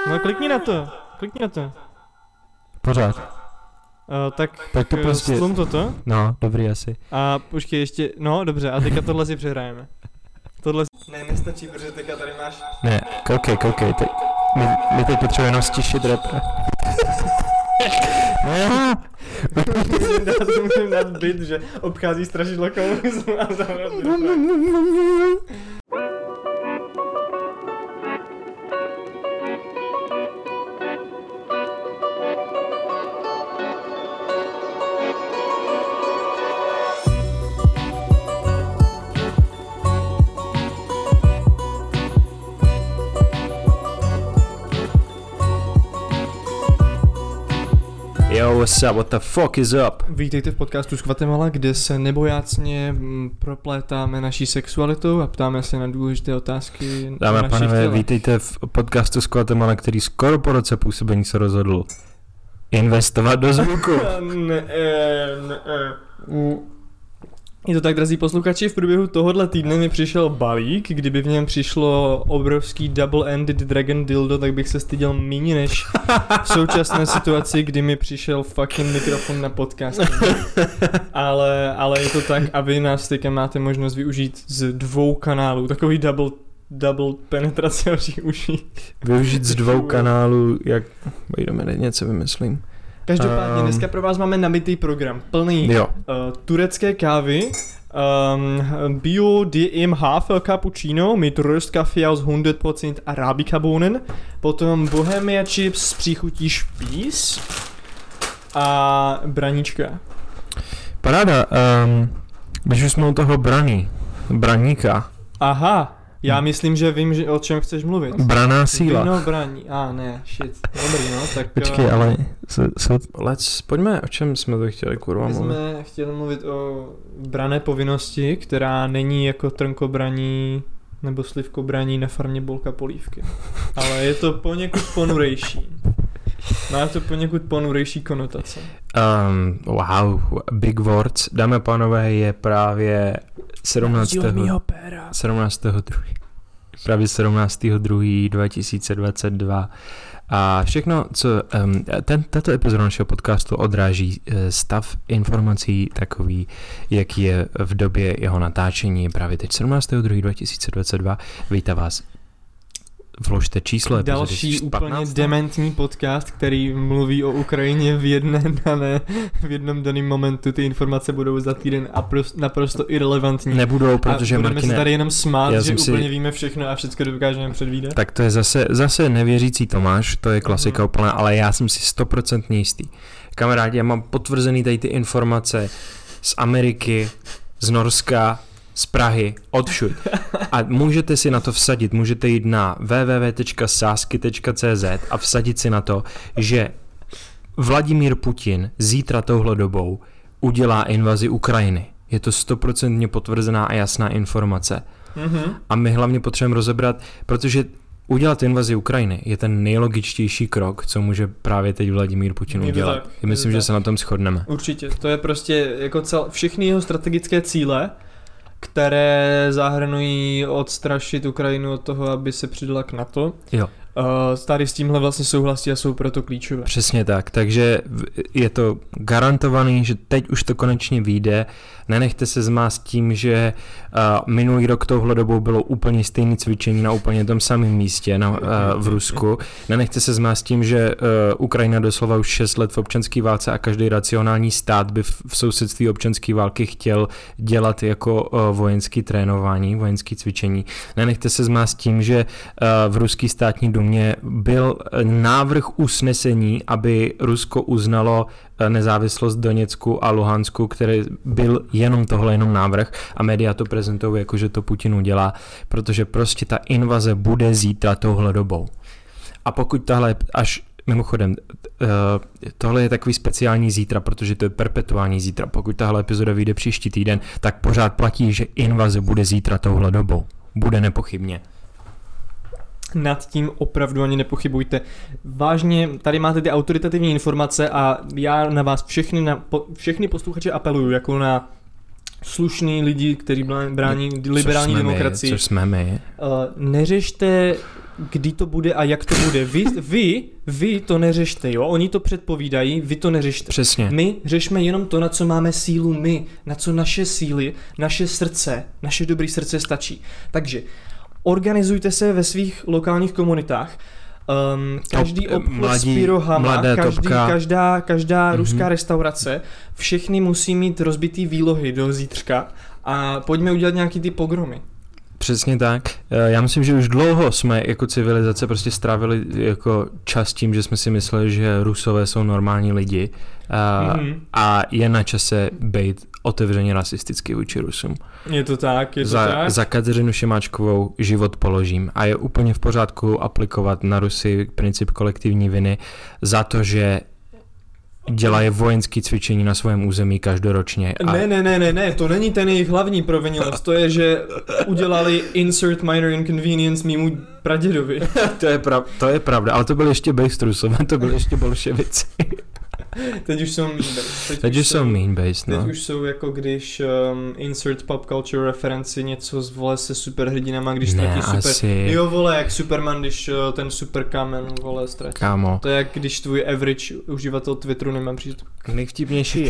No klikni na to. Pořád. Tak to prostě... slum toto. No, dobrý asi. A počkej ještě, no dobře, a teďka tohle si přehrajeme. Tohle ne, nestačí, protože teďka tady máš... Ne, koukej, my teď potřebujeme jenom stišit rapera. Musím dát byt, že obchází strašidlo komunismu a zavrat. Yo, what's up, what the fuck is up? Vítejte v podcastu z Guatemala, kde se nebojácně proplétáme naší sexualitou a ptáme se na důležité otázky. Dámy a pánové, vítejte v podcastu z Guatemala, který skoro po roce působení se rozhodl investovat do zvuku. Je to tak, drazí posluchači, v průběhu tohohle týdne mi přišel balík, kdyby v něm přišlo obrovský double-ended dragon dildo, tak bych se styděl méně než v současné situaci, kdy mi přišel fucking mikrofon na podcast. Ale je to tak a vy nás teďka máte možnost využít z 2 kanálů, takový double penetrace vašich uší. Využít z 2 kanálů, jak... Jdeme, něco vymyslím. Každopádně dneska pro vás máme nabitý program, plný turecké kávy, Bio DM Hafer Cappuccino mit Röstkaffee aus 100% Arabica-Bohnen, potom Bohemia Chips s příchutí špís a braníčka. Paráda, když už jsme u toho braníka. Aha. Já myslím, že vím, o čem chceš mluvit. Braná síla. Vino braní. Ne, shit. Dobrý, no, tak... Počkej, ale... Pojďme, o čem jsme to chtěli, kurva, mluvit? My jsme chtěli mluvit o branné povinnosti, která není jako trnkobraní nebo slivkobraní na farmě Bolka Polívky. Ale je to poněkud ponurejší. Má to poněkud ponurejší konotace. Wow, big words. Dámy a pánové, je právě 17.2.2022 a všechno, co tato epizoda našeho podcastu odráží stav informací takový, jak je v době jeho natáčení, právě teď 17.2.2022. Vítá vás. Vložte číslo epizody. Další úplně dementní podcast, který mluví o Ukrajině v jednom daném momentu. Ty informace budou za týden a naprosto irrelevantní. Nebudou, protože budeme se tady jenom smát, že úplně víme všechno a všechno dokážeme předvídat. Tak to je zase nevěřící Tomáš, to je klasika úplná, ale já jsem si 100% jistý. Kamarádi, já mám potvrzený tady ty informace z Ameriky, z Norska, z Prahy, odšuď. A můžete si na to vsadit, můžete jít na www.sasky.cz a vsadit si na to, že Vladimír Putin zítra touhle dobou udělá invazi Ukrajiny. Je to 100% potvrzená a jasná informace. Mm-hmm. A my hlavně potřebujeme rozebrat, protože udělat invazi Ukrajiny je ten nejlogičtější krok, co může právě teď Vladimír Putin udělat. Myslím, že se na tom shodneme. Určitě, to je prostě jako všechny jeho strategické cíle, které zahrnují odstrašit Ukrajinu od toho, aby se přidala k NATO. Jo. Tady s tímhle vlastně souhlasí a jsou proto klíčové. Přesně tak, takže je to garantovaný, že teď už to konečně vyjde. Nenechte se zmást tím, že minulý rok touhle dobou bylo úplně stejné cvičení na úplně tom samém místě v Rusku. Nenechte se zmást tím, že Ukrajina doslova už 6 let v občanské válce a každý racionální stát by v sousedství občanské války chtěl dělat jako vojenské trénování, vojenské cvičení. Nenechte se zmást tím, že v ruský státní domě byl návrh usnesení, aby Rusko uznalo nezávislost Doněcku a Luhansku, který byl jenom návrh a média to prezentují jako, že to Putin udělá, protože prostě ta invaze bude zítra touhle dobou. A pokud tahle, mimochodem, tohle je takový speciální zítra, protože to je perpetuální zítra. Pokud tahle epizoda vyjde příští týden, tak pořád platí, že invaze bude zítra touhle dobou. Bude nepochybně. Nad tím opravdu ani nepochybujte. Vážně, tady máte ty autoritativní informace a já na vás všechny posluchače apeluju, jako na slušný lidi, kteří brání liberální demokracii. Což jsme my. Neřešte, kdy to bude a jak to bude. Vy to neřešte, jo? Oni to předpovídají, vy to neřešte. Přesně. My řešme jenom to, na co máme sílu my, na co naše síly, naše srdce, naše dobré srdce stačí. Takže organizujte se ve svých lokálních komunitách. Každý obchod s pyrohama, každá ruská restaurace, všechny musí mít rozbitý výlohy do zítřka a pojďme udělat nějaký ty pogromy. Přesně tak. Já myslím, že už dlouho jsme jako civilizace prostě strávili jako čas tím, že jsme si mysleli, že Rusové jsou normální lidi a je na čase být otevřeně rasisticky vůči Rusům. Je to tak, tak. Za Kateřinu Šimáčkovou život položím a je úplně v pořádku aplikovat na Rusy princip kolektivní viny za to, že dělají vojenské cvičení na svém území každoročně. Ne, to není ten jejich hlavní provinilost, to je, že udělali insert minor inconvenience mému pradědovi. To je pravda, ale to byl ještě based Rusové, to byly ještě bolševici. Teď už jsou mean-based. Teď už jsou mean-based, no. Teď už jsou jako když insert pop culture referenci něco z vole se superhrdinama, když ztratí super... Jo vole, jak Superman, když ten super kamen vole ztratí. Kámo. To je jak když tvůj average uživatel Twitteru nemá přístup. Nejvtipnější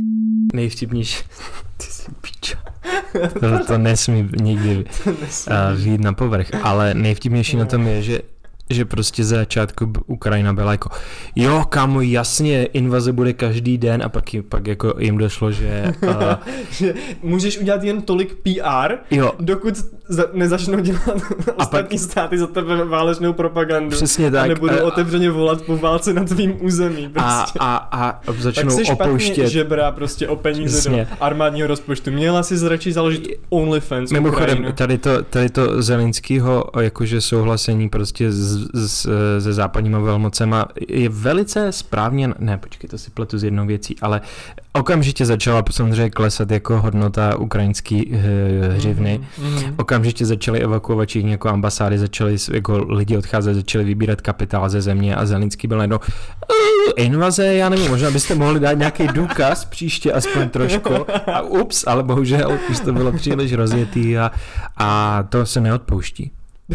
ty jsi piča. To nesmí nikdy vyjít na povrch, ale nejvtipnější na tom je, že prostě za začátku Ukrajina byla jako jo, kámo, jasně, invaze bude každý den a pak jako jim došlo, že... že můžeš udělat jen tolik PR, jo. Dokud nezačnou dělat ostatní státy za tebe válečnou propagandu. Přesně tak. A nebudou otevřeně volat po válce na tvým území. Prostě. A začnou tak opouštět. Tak žebrá prostě o peníze přesně. Do armádního rozpočtu. Měla si radši založit OnlyFans Mimochodem, tady to Zelenskýho jakože souhlasení prostě se západníma velmocema je velice správně, ne, počkej, to si pletu s jednou věcí, ale okamžitě začala samozřejmě klesat jako hodnota ukrajinský hřivny. Okamžitě začaly evakuovat všichni jako ambasády, začaly jako lidi odcházet, začaly vybírat kapitál ze země a Zelenský byl najednou invaze, já nevím, možná byste mohli dát nějaký důkaz příště aspoň trošku a ups, ale bohužel už to bylo příliš rozjetý a to se neodpouští.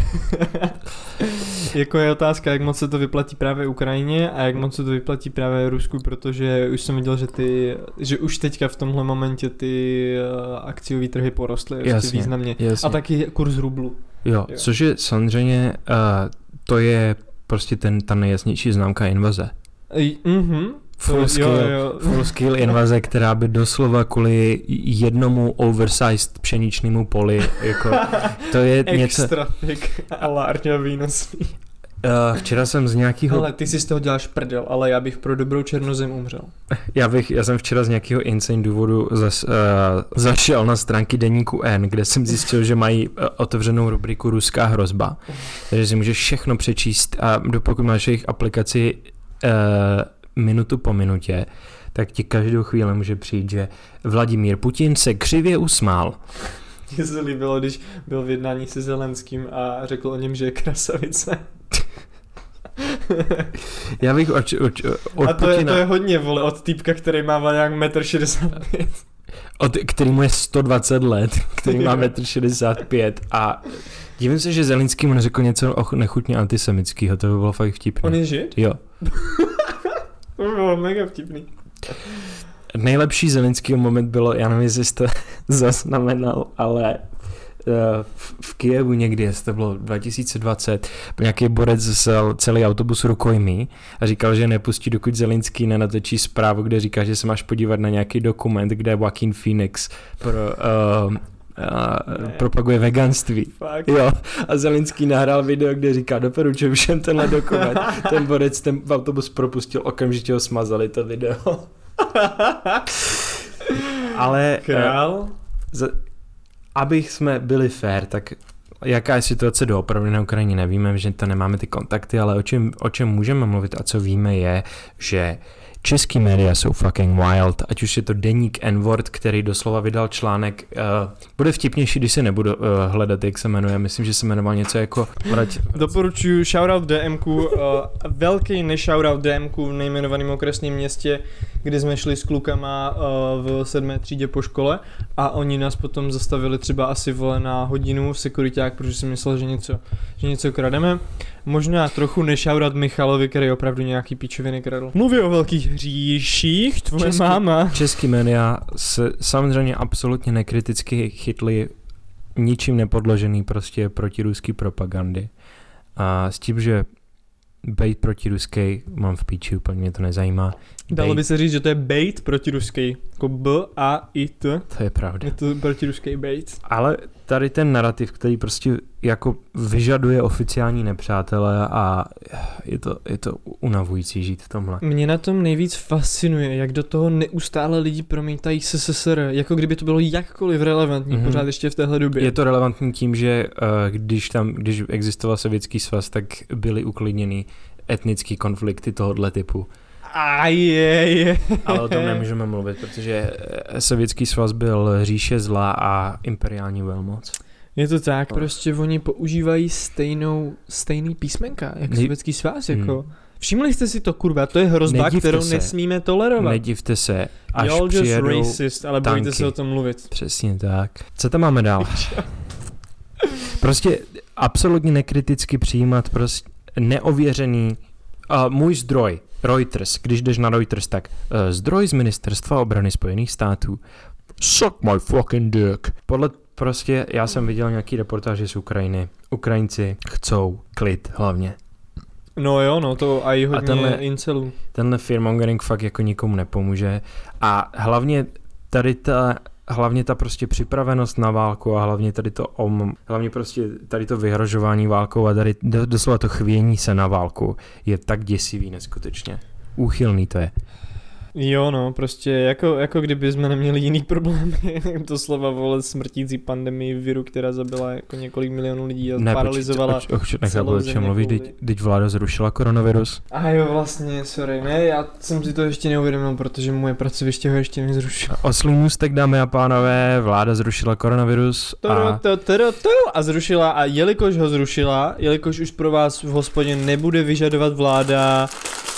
Jako je otázka, jak moc se to vyplatí právě Ukrajině a jak moc se to vyplatí právě Rusku, protože už jsem viděl, že už teďka v tomhle momentě ty akciové trhy porostly významně. Jasně. A taky kurz rublu. Jo, což je samozřejmě, to je prostě ta nejjasnější známka invaze. Full skill invaze, která by doslova kvůli jednomu oversized pšeničnému poli, jako to je něco... Extra thick a lárňa výnosný. Včera jsem z nějakého... Ale ty si z toho děláš prdel, ale já bych pro dobrou černozem umřel. Já jsem včera z nějakého insane důvodu zašel na stránky deníku N, kde jsem zjistil, že mají otevřenou rubriku Ruská hrozba. Takže si můžeš všechno přečíst a pokud máš jejich aplikaci minutu po minutě, tak ti každou chvíli může přijít, že Vladimír Putin se křivě usmál. Mně se líbilo, když byl v jednání se Zelenským a řekl o něm, že je krasavice. Já bych od a to Putina... to je hodně, vole, od týpka, který má nějak 1,65 m. Který mu je 120 let, který má 1,65 m a divím se, že Zelenský mu neřekl něco nechutně antisemického, to by bylo fakt vtipný. On je Žid? Jo. To by bylo mega vtipný. Nejlepší Zelenskýho moment bylo, já nevím, jestli jsi to zaznamenal, ale v Kyjevu někdy, jestli to bylo 2020, nějaký borec vzal celý autobus rukojmí a říkal, že nepustí, dokud Zelenský nenatočí zprávu, kde říká, že se máš podívat na nějaký dokument, kde Joaquin Phoenix propaguje veganství. Jo. A Zelenský nahrál video, kde říká, doporučuji všem tenhle dokument. Ten borec ten autobus propustil, okamžitě ho smazali to video. Ale král? Abych jsme byli fair, tak jaká je situace doopravdy na Ukrajině, nevíme, že to nemáme ty kontakty, ale o čem můžeme mluvit a co víme je, že český média jsou fucking wild, ať už je to deník N-Word, který doslova vydal článek, bude vtipnější, když se nebudu hledat, jak se jmenuje, myslím, že se jmenoval něco jako... Doporučuji shoutout DMku, velký neshoutout DMku v nejmenovaném okresním městě, kdy jsme šli s klukama v 7. třídě po škole a oni nás potom zastavili třeba asi vole na hodinu v sekuriťák, protože si myslel, že něco krademe. Možná trochu nešaurat Michalovi, který opravdu nějaký píčoviny kradl. Mluví o velkých hříších, tvoje máma. Český média se samozřejmě absolutně nekriticky chytli ničím nepodložený prostě protiruský propagandy. A s tím, že bejt protiruský mám v píči, úplně mě to nezajímá. Dalo by se říct, že to je bejt protiruský, jako B-A-I-T. To je pravda. Je to protiruský bejt. Ale tady ten narrativ, který prostě jako vyžaduje oficiální nepřátele a je to unavující žít v tomhle. Mě na tom nejvíc fascinuje, jak do toho neustále lidi promítají SSSR, jako kdyby to bylo jakkoliv relevantní pořád ještě v téhle době. Je to relevantní tím, že když existoval Sovětský svaz, tak byly uklidněny etnický konflikty tohohle typu. Ale o tom nemůžeme mluvit, protože Sovětský svaz byl říše zla a imperiální velmoc. Je to tak, prostě oni používají stejný písmenka, jak Sovětský svaz, jako. Všimli jste si to, kurva, to je hrozba, kterou nesmíme tolerovat. Nedivte se, až You're přijedou just racist, ale tanky. bojíte se o tom mluvit. Přesně tak. Co tam máme dál? Prostě absolutně nekriticky přijímat prostě neověřený můj zdroj, Reuters, když jdeš na Reuters, tak zdroj z Ministerstva obrany Spojených států. Suck my fucking dick. Podle prostě, já jsem viděl nějaký reportáže z Ukrajiny. Ukrajinci chcou klid hlavně. No jo, no to a i hodně incelů. Tenhle fearmongering fakt jako nikomu nepomůže a hlavně ta prostě připravenost na válku a hlavně tady to vyhrožování válkou a tady doslova to chvění se na válku je tak děsivý neskutečně. Úchylný to je. Jo no, prostě jako kdyby jsme neměli jiný problémy, to slova vole smrtící pandemii viru, která zabila jako několik milionů lidí a paralyzovala celou zemi. Mluvíš, teď vláda zrušila koronavirus? A jo, vlastně, sorry, ne, já jsem si to ještě neuvědomil, protože moje pracoviště ho ještě nezrušilo. Oslý můstek, dámy a pánové, vláda zrušila koronavirus a zrušila a jelikož už pro vás v hospodě nebude vyžadovat vláda.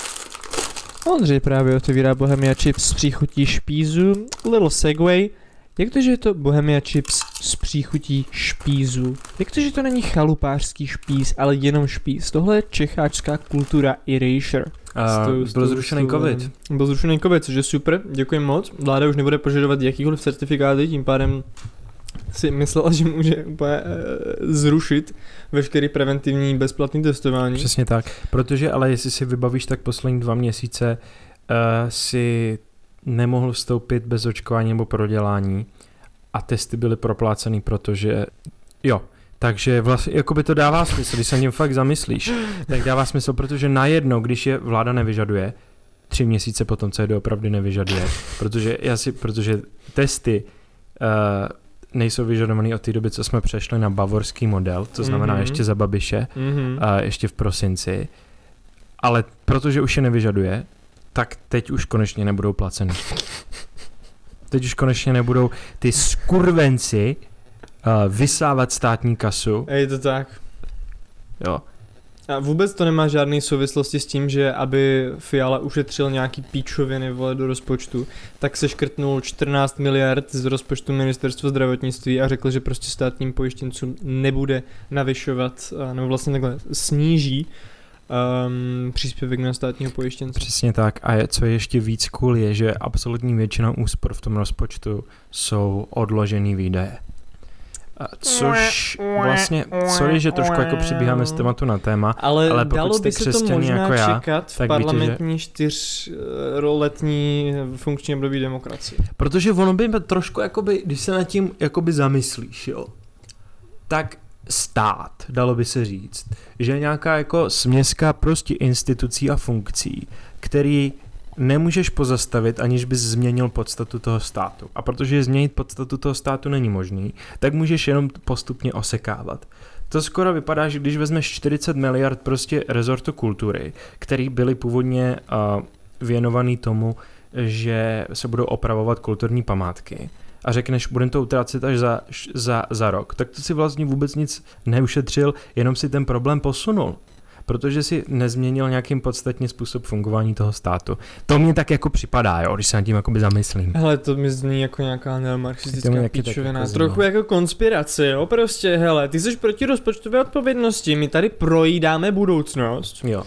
Ondřej právě otevírá Bohemia Chips s příchutí špízu. Little segway. Jak to, že je to Bohemia Chips s příchutí špízu? Jak to, že to není chalupářský špíz, ale jenom špíz? Tohle je čecháčská kultura erasure. Byl zrušený covid. Byl zrušený covid, což je super, děkuji moc. Vláda už nebude požadovat jakýkoliv certifikáty, tím pádem si myslela, že může úplně zrušit veškerý preventivní bezplatný testování. Přesně tak, protože ale jestli si vybavíš, tak poslední 2 měsíce si nemohl vstoupit bez očkování nebo prodělání a testy byly proplácený, protože jo, takže vlastně jakoby to dává smysl, když se něm fakt zamyslíš, tak dává smysl, protože najednou, když je vláda nevyžaduje, 3 měsíce potom, co je doopravdy nevyžaduje, protože testy nejsou vyžadovaný od té doby, co jsme přešli na bavorský model, to znamená ještě za Babiše, ještě v prosinci, ale protože už je nevyžaduje, tak teď už konečně nebudou placený. Teď už konečně nebudou ty skurvenci vysávat státní kasu. Je to tak. Jo. A vůbec to nemá žádný souvislosti s tím, že aby Fiala ušetřil nějaký píčoviny vole do rozpočtu, tak se škrtnul 14 miliard z rozpočtu Ministerstva zdravotnictví a řekl, že prostě státním pojištěncům nebude navyšovat, nebo vlastně takhle sníží příspěvek na státního pojištěnce. Přesně tak. A co je ještě víc cool je, že absolutní většina úspor v tom rozpočtu jsou odložený výdaje. Což vlastně, sorry, že trošku jako přibíháme z tématu na téma, ale pokud dalo by se to možná jako čekat v parlamentní 4letní funkční období demokracie. Protože ono by trošku, jakoby, když se nad tím jakoby zamyslíš, jo, tak stát, dalo by se říct, že je nějaká jako směska prostě institucí a funkcí, který nemůžeš pozastavit, aniž bys změnil podstatu toho státu. A protože změnit podstatu toho státu není možný, tak můžeš jenom postupně osekávat. To skoro vypadá, že když vezmeš 40 miliard prostě rezortu kultury, který byly původně věnovaný tomu, že se budou opravovat kulturní památky, a řekneš, budeme to utrácet až za rok, tak to si vlastně vůbec nic neušetřil, jenom si ten problém posunul. protože si nezměnil nějakým podstatně způsob fungování toho státu. To mě tak jako připadá, jo, když se nad tím jakoby zamyslím. Hele, to mi zní jako nějaká neomarxistická píčovina. Jako Trochu jako konspirace, jo, prostě, hele, ty jsi proti rozpočtové odpovědnosti, my tady projídáme budoucnost. Jo.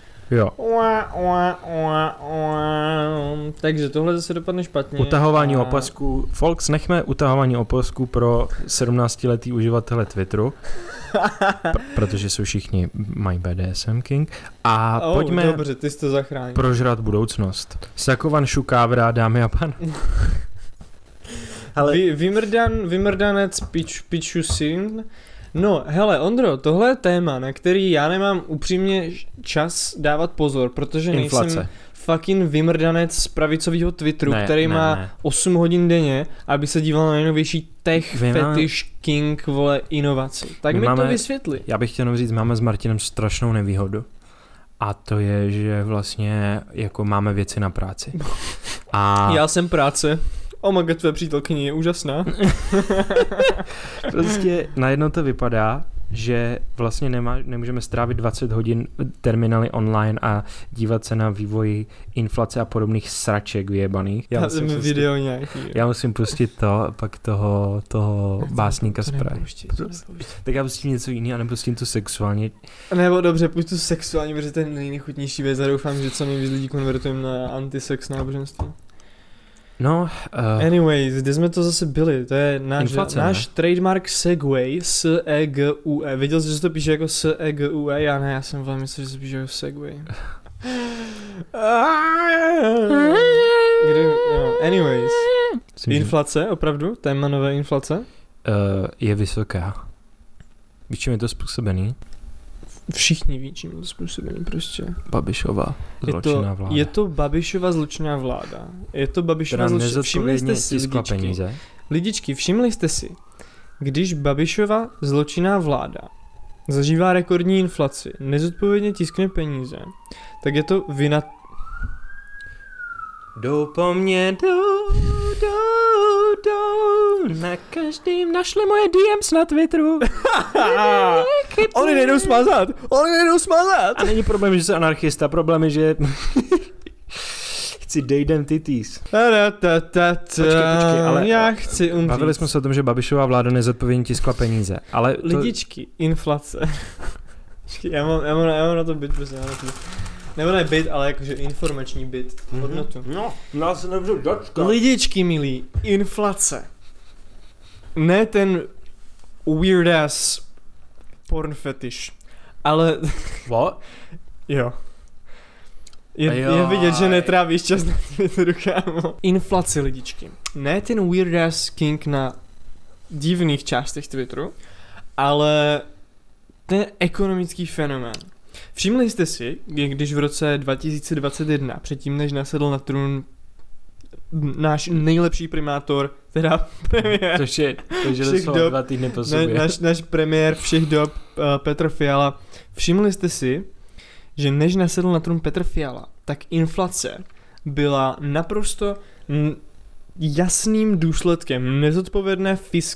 Takže tohle zase dopadne špatně. Utahování opasků. Folks, nechme utahování opasků pro 17letý uživatele Twitteru, protože jsou všichni mají BDSM King. A pojďme dobře, ty jsi to zachránil. Prožrat budoucnost. Sakovan šukávra, dámy a pan. Vymrdanec pičusin. No, hele, Ondro, tohle je téma, na který já nemám upřímně čas dávat pozor, protože nejsem fucking vymrdanec z pravicového Twitteru, který má 8 hodin denně, aby se díval na nejnovější tech, fetish, king, vole, inovaci. Tak mi to vysvětli. Já bych chtěl říct, máme s Martinem strašnou nevýhodu. A to je, že vlastně jako máme věci na práci. A já jsem práce. Oh my god, tvé přítelkyně je úžasná. Prostě najednou to vypadá, že vlastně nemůžeme strávit 20 hodin terminály online a dívat se na vývoj inflace a podobných sraček vyjebaných. Já musím pustit to, pak toho básníka z Prahy. Tak já pustím něco jiného a nepustím to sexuálně. Nebo dobře, pust tu sexuálně, protože to je nejnechutnější věc a doufám, že co nejvíc lidí konvertujeme na antisex náboženství. No, anyways, kde jsme to zase byli, to je náš trademark Segway, S-E-G-U-E, viděl jsi, že to píše jako S-E-G-U-E, já jsem velmi myslel, že se píše jako Segway. Anyways, inflace, opravdu, téma nové inflace? Je vysoká. Víš, čím je to způsobený? Všichni ví, čím je to způsobený prostě. Babišova zločinná vláda. Je to Babišova zločinná vláda. Je to Babišova zločinná. Všimli jste si, lidičky, všimli jste si, když Babišova zločinná vláda zažívá rekordní inflaci, nezodpovědně tiskne peníze, tak je to vina... Jdou po mně, na každým našli moje DMs na Twitteru. Oni nejdou smazat. A není problém, že jsi anarchista, problém je, že chci dejdem titis. Počkej, ale já chci umřít. Bavili jsme se o tom, že Babišova vláda nezodpovědně tiskla peníze, ale to... Lidičky, inflace. já mám na to byt, prostě, nebo ne byt, ale jakože informační byt, hodnotu. No, nás nebudu dočkat. Lidičky milí, inflace. Ne ten weird ass porn fetish, ale... What? Jo. Je vidět, že netrávíš čas na Twitteru, kámo. Inflace, lidičky. Ne ten weird ass king na divných částech Twitteru, ale ten ekonomický fenomén. Všimli jste si, když v roce 2021, předtím než nasedl na trůn náš nejlepší primátor, teda premiér všech dob, 2 týdny po sobě. Náš premiér všech dob, Petr Fiala. Všimli jste si, že než nasedl na trůn Petr Fiala, tak inflace byla naprosto jasným důsledkem nezodpovědné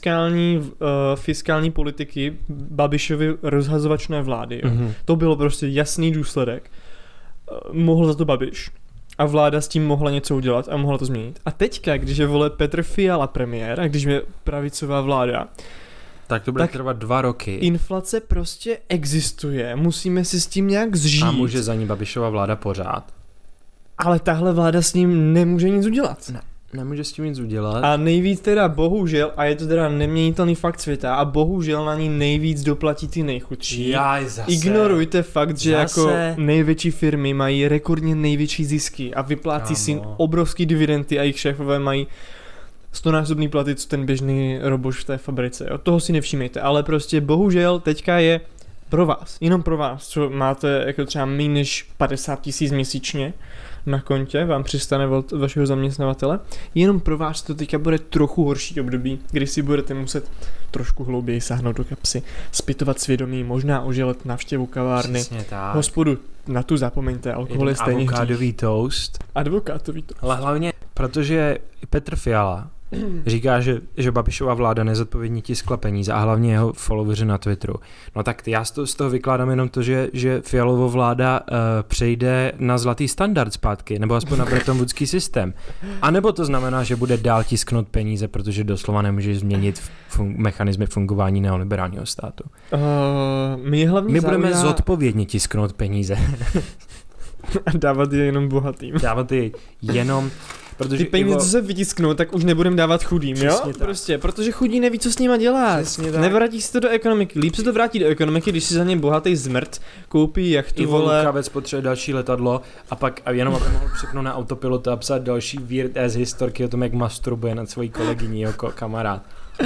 fiskální politiky Babišovy rozhazovačné vlády. Jo. Mm-hmm. To bylo prostě jasný důsledek. Mohl za to Babiš. A vláda s tím mohla něco udělat a mohla to změnit. A teďka, když je Petr Fiala premiér a když je pravicová vláda, tak to bude trvat 2 roky. Inflace prostě existuje, musíme si s tím nějak zžít. A může za ní Babišova vláda pořád. Ale tahle vláda s ním nemůže nic udělat. Ne. Nemůže s tím nic udělat. A nejvíc teda bohužel, a je to teda neměnitelný fakt světa, a bohužel na ní nejvíc doplatí ty nejchudší. Ignorujte fakt, že jako největší firmy mají rekordně největší zisky a vyplácí si obrovský dividendy a jejich šéfové mají 100násobný platy, co ten běžný roboš v té fabrice. Jo? Toho si nevšímejte, ale prostě bohužel teďka je pro vás, jenom pro vás, co máte jako třeba méně než 50 000 měsíčně na kontě, vám přistane od vašeho zaměstnavatele, jenom pro vás to teďka bude trochu horší období, kdy si budete muset trošku hlouběji sáhnout do kapsy, zpytovat svědomí, možná oželet návštěvu kavárny, hospodu, na tu zapomeňte, alkohol je stejně Advokátový toast. Advokátový toast. Ale hlavně, protože Petr Fiala říká, že Babišova vláda nezodpovědně tiskla peníze a hlavně jeho followeri na Twitteru. No tak já z toho vykládám jenom to, že Fialova vláda přejde na zlatý standard zpátky, nebo aspoň na Bretton Woodský systém. A nebo to znamená, že bude dál tisknout peníze, protože doslova nemůže změnit mechanismy fungování neoliberálního státu. My budeme zodpovědně tisknout peníze. A dávat je jenom bohatým. Dávat je jenom... Protože ty peníze, co se vytisknou, tak už nebudeme dávat chudým, jo? Tak. Prostě, protože chudí neví, co s nima dělat. Nevrátí se to do ekonomiky. Líp se to vrátí do ekonomiky, když si za ně bohatý zmrt koupí jachtu, vole. Lukavec potřebuje další letadlo a jenom aby mohl připnout na autopilota a psát další weird ass historky o tom, jak masturbuje nad svojí kolegyní jako kamarád.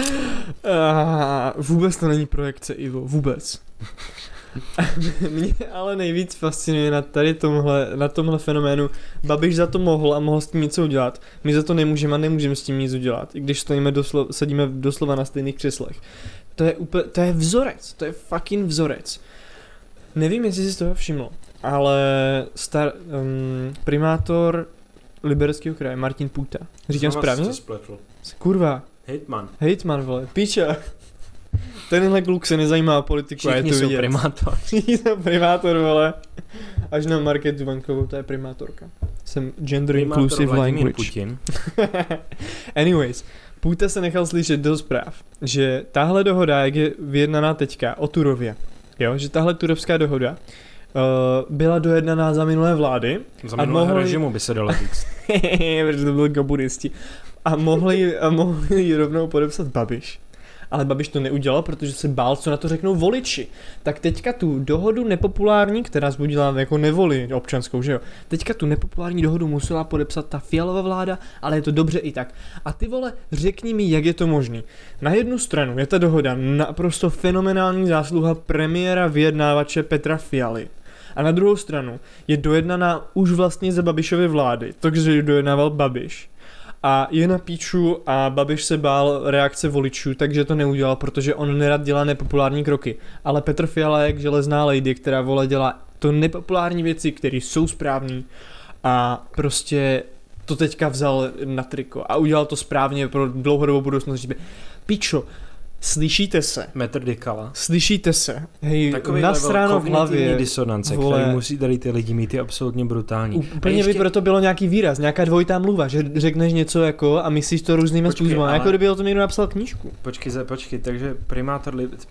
Vůbec to není projekce, Ivo, vůbec. Mě ale nejvíc fascinuje na tomhle fenoménu. Babiš za to mohl a mohl s tím něco udělat. My za to nemůžeme a nemůžeme s tím nic udělat, i když sedíme doslova na stejných křeslech. To je vzorec, to je fucking vzorec. Nevím, jestli jsi z toho všiml, ale primátor Libereckého kraje Martin Půta. Říkám správně? Kurva. Hejtman, vole, píča. Tenhle kluk se nezajímá o politiku a je to vidět. Všichni jsou primátor, vole. Až na Markétu Vankovou, to je primátorka. Jsem gender inclusive language. Anyways, Půta se nechal slyšet do zpráv, že tahle dohoda, jak je vyjednaná teďka o Turově, jo, že tahle turovská dohoda byla dojednaná za minulé vlády. Za minulého režimu by se dalo říct. Protože to byli komunisti. A mohli ji rovnou podepsat Babiš. Ale Babiš to neudělal, protože se bál, co na to řeknou voliči. Tak teďka tu dohodu nepopulární, která zbudila jako nevoli občanskou, že jo? Teďka tu nepopulární dohodu musela podepsat ta Fialova vláda, ale je to dobře i tak. A ty vole, řekni mi, jak je to možný. Na jednu stranu je ta dohoda naprosto fenomenální zásluha premiéra vyjednávače Petra Fialy. A na druhou stranu je dojednaná už vlastně za Babišovy vlády, takže ji dojednával Babiš. A je na píču a Babiš se bál reakce voličů, takže to neudělal, protože on nerad dělá nepopulární kroky. Ale Petr Fiala je jak železná lady, která vole dělá to nepopulární věci, které jsou správné a prostě to teďka vzal na triko a udělal to správně pro dlouhodobou budoucnost. Pičo, slyšíte se? Metr Dikala. Slyšíte se? Hej, nasráno v hlavě. Disonance, vole, který musí tady ty lidi mít, je absolutně brutální. Úplně by proto bylo nějaký výraz, nějaká dvojitá mluva, že řekneš něco jako a myslíš to různými způsoby, ale... jako kdyby o tom někdo napsal knížku. Počkej, takže primátor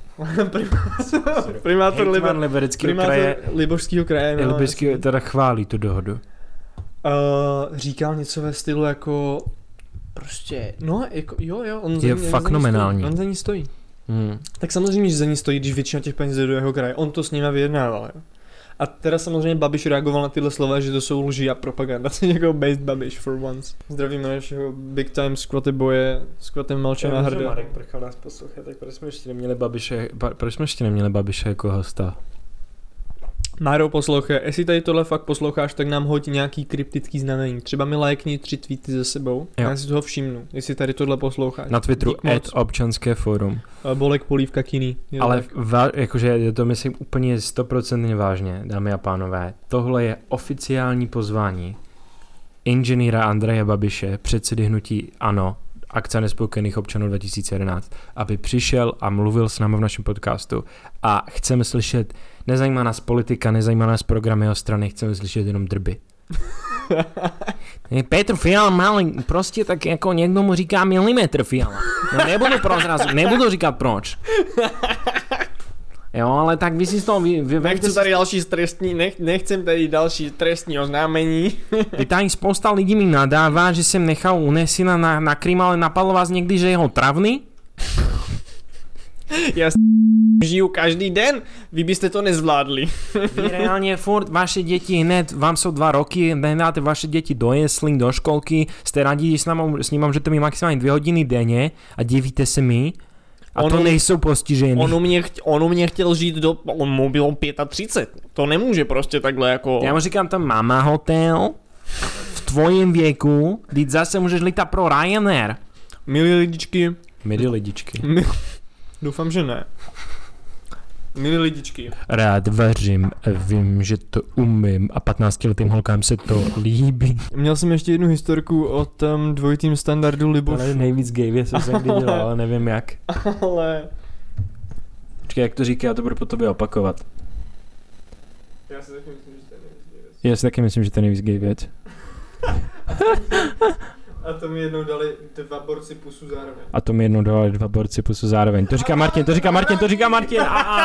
Libereckého kraje. Libožského kraje. Libožského teda chválí tu dohodu. Říkal něco ve stylu jako prostě, no jako jo, on je fakt nominální. On za ní stojí. Tak samozřejmě, že za ní stojí, když většina těch peněz jde do jeho kraje. On to s nima vyjednával, jo. A teda samozřejmě Babiš reagoval na tyhle slova, že to jsou lži a propaganda. To je jako based Babiš for once. Zdravíme našeho big time squaty boje, squatem Malčana Hrda. Marek Prchal nás poslouchá, tak proč jsme ještě neměli Babiše jako hosta? Máro, poslouchej, jestli tady tohle fakt posloucháš, tak nám hoď nějaký kryptický znamení. Třeba mi lajkni 3 tweety za sebou, já si toho všimnu, jestli tady tohle posloucháš. Na Twitteru @občanské fórum. Bolek Polívka Kiny. Ale jakože je to myslím úplně 100% vážně, dámy a pánové. Tohle je oficiální pozvání inženýra Andreje Babiše, předsedy hnutí ANO, Akce nespokojených občanů 2011, aby přišel a mluvil s námi v našem podcastu a chceme slyšet, nezajímá nás politika, nezajímá nás programy jeho strany, chceme slyšet jenom drby. Petr Fiala malý, prostě tak jako někdo mu říká milimetr Fiala. No nebudu říkat proč. Jo, ale tak vy si z toho... Nechcem tady další trestní oznámení. Vy tady spousta lidí mi nadává, že jsem nechal Unesina na Krym, ale napadlo vás někdy, že je ho travný? Já žiju každý den, vy byste to nezvládli. Vy reálně furt, vaše děti hned, vám jsou 2 roky, nedáte vaše děti do jeslí, do školky, jste rádi, že s ním můžete mít maximálně 2 hodiny denně a divíte se mi. A to nejsou postižení. On u mě chtěl žít on mu bylo 35. To nemůže prostě takhle jako... Já mu říkám, tam máma hotel v tvojím věku, teď zase můžeš lítat pro Ryanair. Milí lidičky. Milí lidičky. Doufám, že ne. Milí lidičky. Rád vařím, vím, že to umím a 15letým holkám se to líbí. Měl jsem ještě jednu historku o tom dvojitým standardu Liboš. Ale nejvíc gay věc jsem kdy dělal, ale nevím jak. Ale... Počkej, jak to říká, já to budu po tobě opakovat. Já si taky myslím, že to je nejvíc gay věc. Já si taky myslím, že to je nejvíc gay věc. A to mi jednou dali 2 borci pusu zároveň. A to mi jednou dali 2 borci pusu zároveň. To říká Martin, to říká Martin, to říká Martin.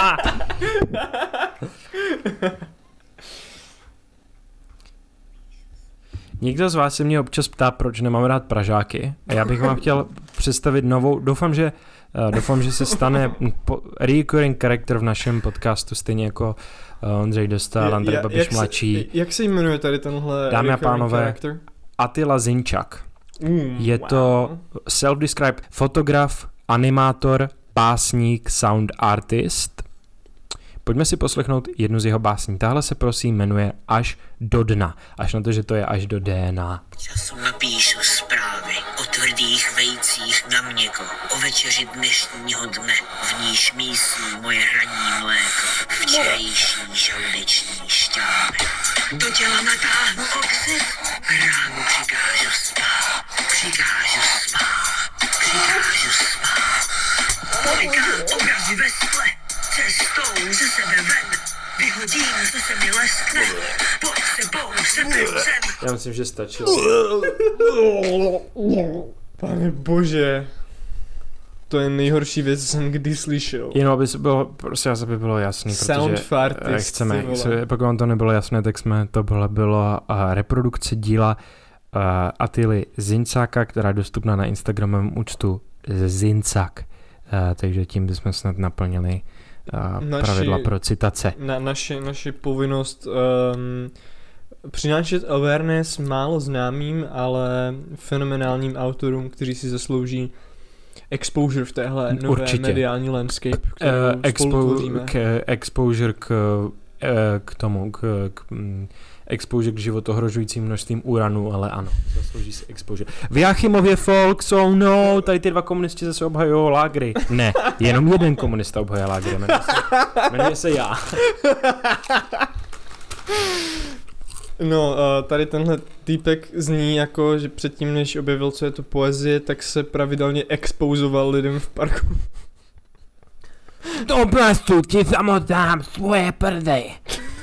Někdo z vás se mě občas ptá, proč nemám rád Pražáky. A já bych vám chtěl představit novou, doufám, že se stane recurring character v našem podcastu, stejně jako Ondřej Dostál, Andrej Babiš mladší. Jak se jmenuje tady tenhle dámy a recurring pánové, character? Attila Zinčak. Je to self-described fotograf, animátor, básník, sound artist. Pojďme si poslechnout jednu z jeho básní. Tahle se prosím jmenuje Až do dna. Až na to, že to je až do DNA. Času napíšu zprávy o tvrdých vejcích na měko, o večeři dnešního dne, v níž mísí moje hraní mléko, včerejší žaludeční šťávy. Do těla natáhnu oxid, ránu přikážu spát, přikážu spát, přikážu spát. Polikám obrazy ve skle, cestou ze sebe ven, vyhodím, co se mi leskne, pod sebou se zem. Já myslím, že stačilo. Pane bože. To je nejhorší věc, co jsem kdy slyšel. Jenom aby bylo jasný, Sound protože fartist, chceme, pokud vám to nebylo jasné, tak tohle bylo reprodukce díla Attily Zinčaka, která je dostupná na Instagramovém účtu Zinčak. Takže tím bychom snad naplnili pravidla pro citace. Naši povinnost přinášet awareness málo známým, ale fenomenálním autorům, kteří si zaslouží exposure v téhle nové mediální landscape, kterou spolu tvoříme. Exposure exposure k životohrožujícím množstvím uranu, ale ano, zaslouží si exposure. V Jáchymově folks, oh no, tady ty 2 komunisti zase obhajují lágry. Ne, jenom jeden komunista obhajuje lágry, jmenuje se já. No, tady tenhle týpek zní jako, že předtím, než objevil, co je to poezie, tak se pravidelně expozoval lidem v parku. To prostě ti samotám svoje prdej.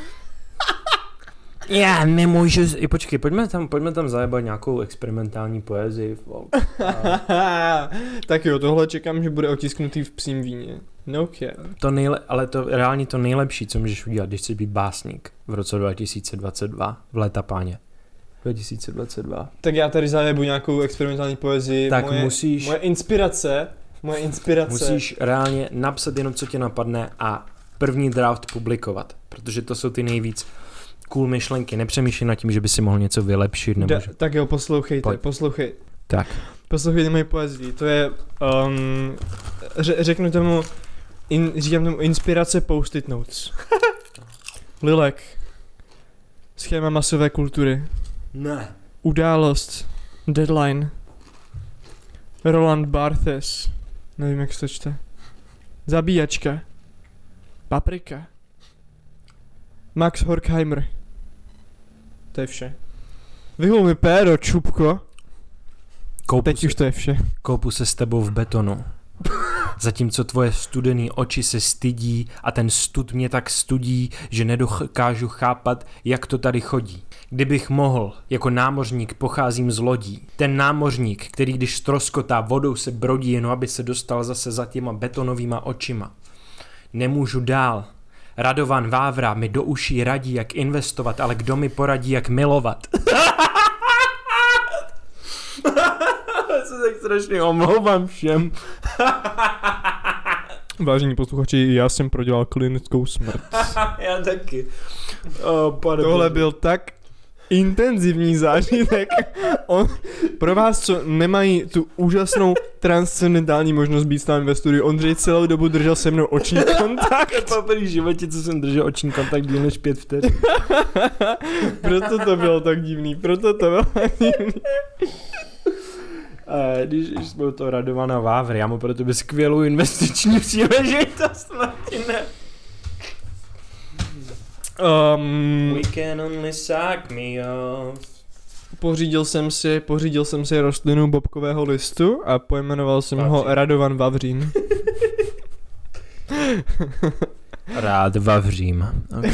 Já nemůžu... Počkej, pojďme tam zajebat nějakou experimentální poezii. Tak jo, tohle čekám, že bude otisknutý v psím víně. No cap. Ale to reálně to nejlepší, co můžeš udělat, když chceš být básník v roce 2022, v léta páně. 2022. Tak já tady zajebu nějakou experimentální poezii. Tak musíš... Moje inspirace. Musíš reálně napsat jenom, co tě napadne a první draft publikovat, protože to jsou ty nejvíc cool myšlenky. Nepřemýšlej nad tím, že by si mohl něco vylepšit. Nebo že... Tak jo, poslouchejte. Tak. Poslouchejte moji poezii. To je, řeknu tomu, říkám tomu inspirace post-it notes. Lilek. Schéma masové kultury. Ne. Událost. Deadline. Roland Barthes. Nevím, jak se to čte. Zabíjačka. Paprika. Max Horkheimer. To je vše. Vyhul mi péro, čupko. Teď už to je vše. Koupu se s tebou v betonu. Zatímco tvoje studený oči se stydí a ten stud mě tak studí, že nedokážu chápat, jak to tady chodí. Kdybych mohl, jako námořník pocházím z lodí. Ten námořník, který když stroskotá vodou se brodí, jenom aby se dostal zase za těma betonovýma očima. Nemůžu dál. Radovan Vávra mi do uší radí, jak investovat, ale kdo mi poradí, jak milovat? Se tak strašně omlouvám všem. Vážení posluchači, já jsem prodělal klinickou smrt. Já taky. Tohle byl tak intenzivní zážitek. Pro vás, co nemají tu úžasnou transcendentální možnost být s námi ve studiu, Ondřej celou dobu držel se mnou oční kontakt. Po první životě, co jsem držel oční kontakt díl než 5 vteřin. Proto to bylo tak divný, Když jsme u toho Radovana Vávry, já mu pro tebe skvělou investiční příležitost, Martine. We can only suck me off. Pořídil jsem si rostlinu bobkového listu a pojmenoval jsem ho Radovan Vavřín. Rád vavřím. Okay.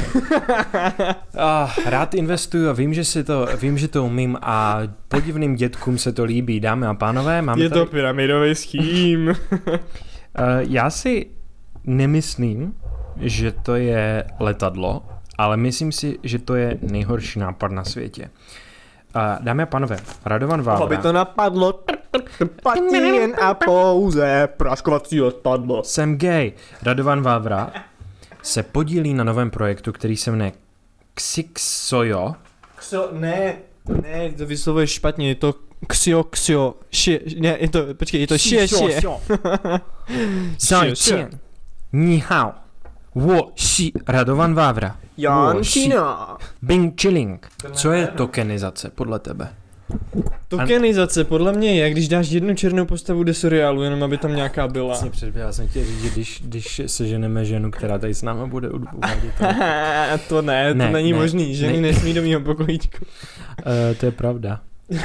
Rád investuju a vím, že to umím a podivným dětkům se to líbí. Dámy a pánové, máme Je tady... to pyramidový schým. Já si nemyslím, že to je letadlo, ale myslím si, že to je nejhorší nápad na světě. Dámy a pánové, Radovan Vávra... Aby to napadlo, platí jen a pouze práškovací letadlo. Jsem gay. Radovan Vávra se podílí na novém projektu, který se jmenuje Xixoyo. Ne, to vyslovuješ špatně, je to Xio, ne, je to, počkej, je to šie. Zajčen. Ni hao. Wo shi Radovan Vávra. Jančina. Bing chilling. Co je tokenizace podle tebe? Tokenizace podle mě je, když dáš jednu černou postavu do seriálu, jenom aby tam nějaká byla. Vlastně předběhal jsem chtěl říct, že když seženeme ženu, která tady s náma bude uvádět. To není možný, ženy nesmí do mýho pokojíčku. To je pravda.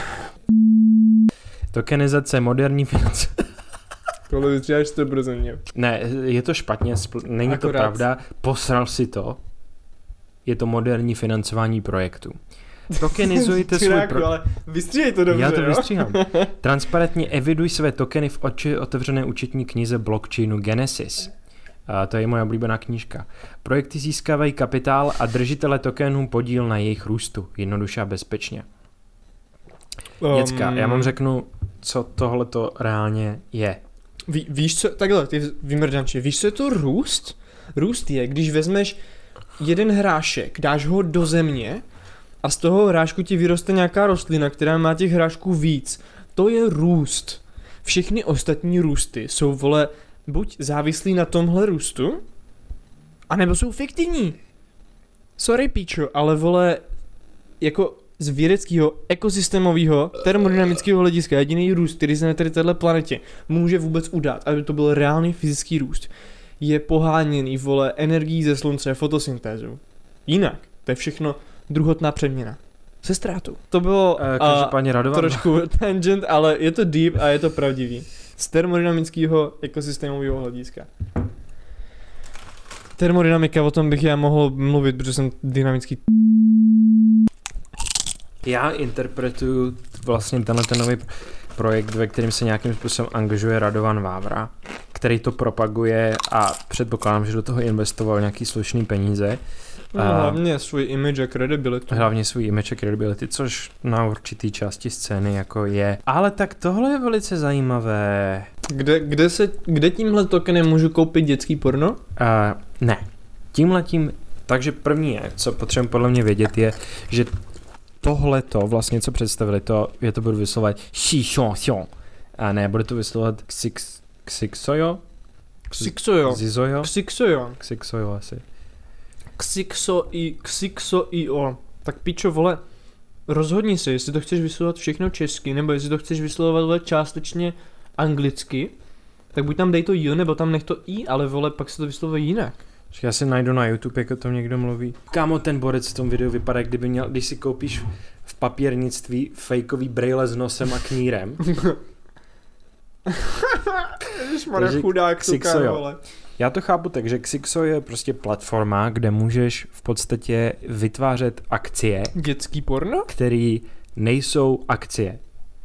Tokenizace, moderní finance. Tohle vystříháš 100%. Ne, je to špatně, není to pravda, posral si to. Je to moderní financování projektu. Tokenizujte svůj ale vystříhej to dobře, Já to vystříhám. Transparentně eviduj své tokeny v otevřené účetní knize blockchainu Genesis. To je moje oblíbená knížka. Projekty získávají kapitál a držitele tokenů podíl na jejich růstu. Jednoduše a bezpečně. Děcka, já vám řeknu, co tohleto reálně je. Víš co, takhle, ty vymrdanči, víš co je to růst? Růst je, když vezmeš jeden hrášek, dáš ho do země a z toho hrášku ti vyroste nějaká rostlina, která má těch hrášků víc. To je růst. Všechny ostatní růsty jsou, vole, buď závislí na tomhle růstu, anebo jsou fiktivní. Sorry, píčo, ale vole, jako z vědeckého, ekosystémového, termodynamického hlediska jediný růst, který se na této planetě může vůbec udát, aby to byl reálný fyzický růst, je poháněný, vole, energií ze slunce, fotosyntézou. Jinak, to je všechno druhotná přeměna. Se ztrátou. To bylo trošku tangent, ale je to deep a je to pravdivý. Z termodynamického ekosystémového hlediska. Termodynamika, o tom bych já mohl mluvit, protože jsem dynamický. Já interpretuju vlastně tenhle nový projekt, ve kterém se nějakým způsobem angažuje Radovan Vávra, který to propaguje a předpokládám, že do toho investoval nějaký slušný peníze. Hlavně svůj image a credibility. Což na určitý části scény jako je. Ale tak tohle je velice zajímavé. Kde tímhle tokenem můžu koupit dětský porno? Ne. Tímhletím, takže první je, co potřebujeme podle mě vědět je, že tohleto vlastně, co představili, je to budu vyslovovat Xixoyo. A ne, budu to vyslovovat Xixoyo? Xixoyo asi. Xixoyo. Tak pičo, vole, rozhodni se, jestli to chceš vyslovovat všechno česky, nebo jestli to chceš vyslovovat, vole, částečně anglicky, tak buď tam dej to jo, nebo tam nech to i, ale vole, pak se to vyslovuje jinak. Já si najdu na YouTube, jak o tom někdo mluví. Kámo, ten borec v tom videu vypadá, když si koupíš v papírnictví fejkový brejle s nosem a knírem. Ježišmarja, chudák suka, vole. Já to chápu tak, že Xixoyo je prostě platforma, kde můžeš v podstatě vytvářet akcie. Dětský porno? Který nejsou akcie.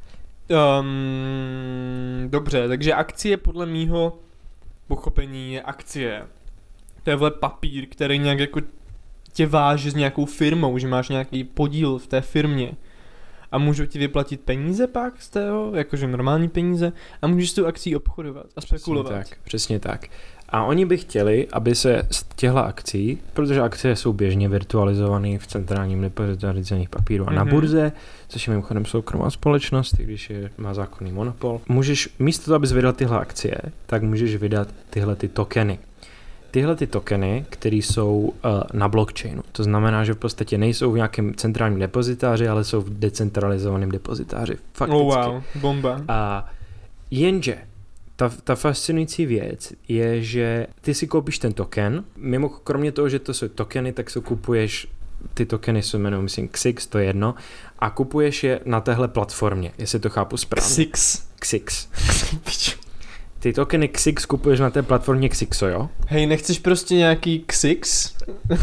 Dobře, takže akcie podle mýho pochopení je akcie. To je vle papír, který nějak jako tě váže s nějakou firmou, že máš nějaký podíl v té firmě. A můžou ti vyplatit peníze pak z toho, jakože normální peníze, a můžeš s tou akcí obchodovat a spekulovat. Přesně tak. A oni by chtěli, aby se z těchto akcí, protože akcie jsou běžně virtualizované v centrálním depozitáři cenných papírů a na burze, což je mimochodem soukromá společnost, i když má zákonný monopol, můžeš místo toho, abys vydal tyhle akcie, tak můžeš vydat tyhle ty tokeny. Tyhle ty tokeny, které jsou na blockchainu. To znamená, že v podstatě nejsou v nějakém centrálním depozitáři, ale jsou v decentralizovaném depozitáři. Fakticky. Oh wow, bomba. A jenže ta fascinující věc je, že ty si koupíš ten token, mimo kromě toho, že to jsou tokeny, tak si kupuješ, ty tokeny se jmenují, myslím, XIX, to je jedno, a kupuješ je na téhle platformě, jestli to chápu správně. XIX. Ty tokeny XIX kupuješ na té platformě XIXO, jo? Hej, nechceš prostě nějaký XIX?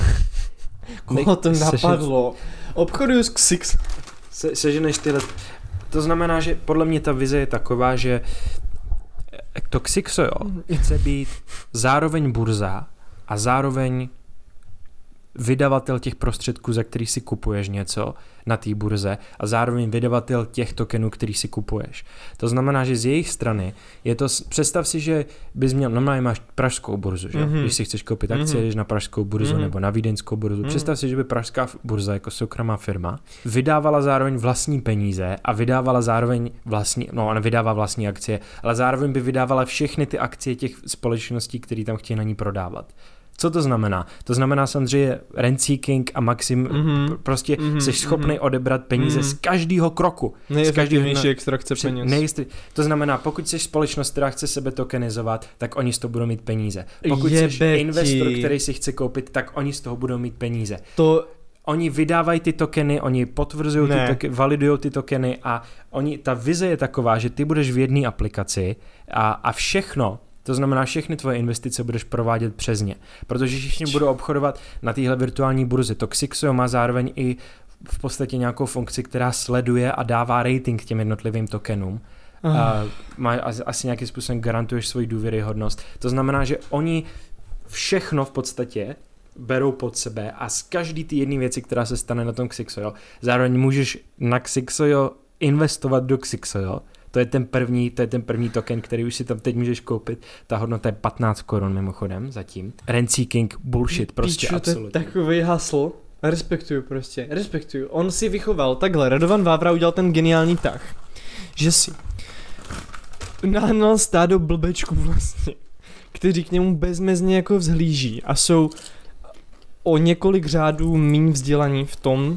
Koho to napadlo? Obchoduju s XIX. Seženeš tyhle... To znamená, že podle mě ta vize je taková, že to XIXO, jo, chce být zároveň burza a zároveň vydavatel těch prostředků, za který si kupuješ něco na té burze a zároveň vydavatel těch tokenů, který si kupuješ. To znamená, že z jejich strany je to, představ si, že bys měl, normálně máš pražskou burzu, že? Když si chceš koupit akcie, jdeš na pražskou burzu nebo na vídeňskou burzu. Představ si, že by pražská burza jako soukromá firma vydávala zároveň vlastní peníze a vydávala zároveň vlastní, no ona vydává vlastní akcie, ale zároveň by vydávala všechny ty akcie těch společností, které tam chtějí na ní prodávat. Co to znamená? To znamená samozřejmě rent seeking a prostě jsi schopný odebrat peníze z každého kroku. Nejefektivnější extrakce peněz. To znamená, pokud jsi společnost, která chce sebe tokenizovat, tak oni z toho budou mít peníze. Pokud jsi investor, který si chce koupit, tak oni z toho budou mít peníze. Oni vydávají ty tokeny, oni potvrzují ty tokeny, validují ty tokeny a ta vize je taková, že ty budeš v jedné aplikaci a všechno, to znamená, všechny tvoje investice budeš provádět přes ně, protože všichni budou obchodovat na téhle virtuální burze. To XIXO má zároveň i v podstatě nějakou funkci, která sleduje a dává rating těm jednotlivým tokenům. Asi nějakým způsobem garantuješ svoji důvěryhodnost. To znamená, že oni všechno v podstatě berou pod sebe a z každý ty jedné věci, která se stane na tom XIXO, zároveň můžeš na XIXO investovat do XIXO. To je ten první token, který už si tam teď můžeš koupit. Ta hodnota je 15 korun mimochodem zatím. Rent seeking bullshit, prostě absolutně. To je takový hasl. Respektuju. On si vychoval takhle. Radovan Vávra udělal ten geniální tah, že si nahnal stádo blbečků vlastně, kteří k němu bezmezně jako vzhlíží a jsou o několik řádů míň vzdělaní v tom,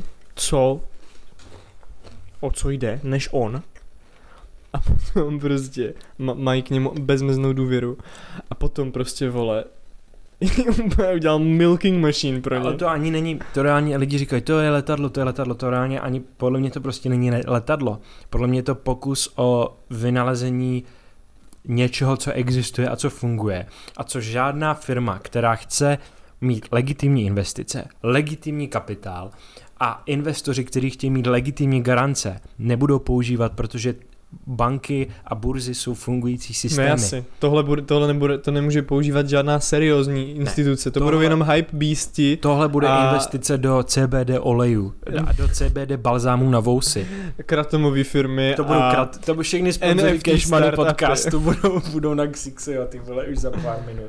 o co jde, než on. A potom prostě mají k němu bezmeznou důvěru. A potom prostě, vole, úplně udělal milking machine pro ně. Ale to ani není, to reálně lidi říkají, to je letadlo, to reálně ani, podle mě to prostě není letadlo. Podle mě je to pokus o vynalezení něčeho, co existuje a co funguje. A co žádná firma, která chce mít legitimní investice, legitimní kapitál a investoři, kteří chtějí mít legitimní garance, nebudou používat, protože banky a burzy jsou fungující systémy. No jasně, to nemůže používat žádná seriózní instituce, to budou jenom hype beasti. Tohle bude investice do CBD olejů a do CBD balzámů na vousy. Kratomové firmy to by všechny sponzory Cash Money podcastu budou na XIXO, ty vole, už za pár minut.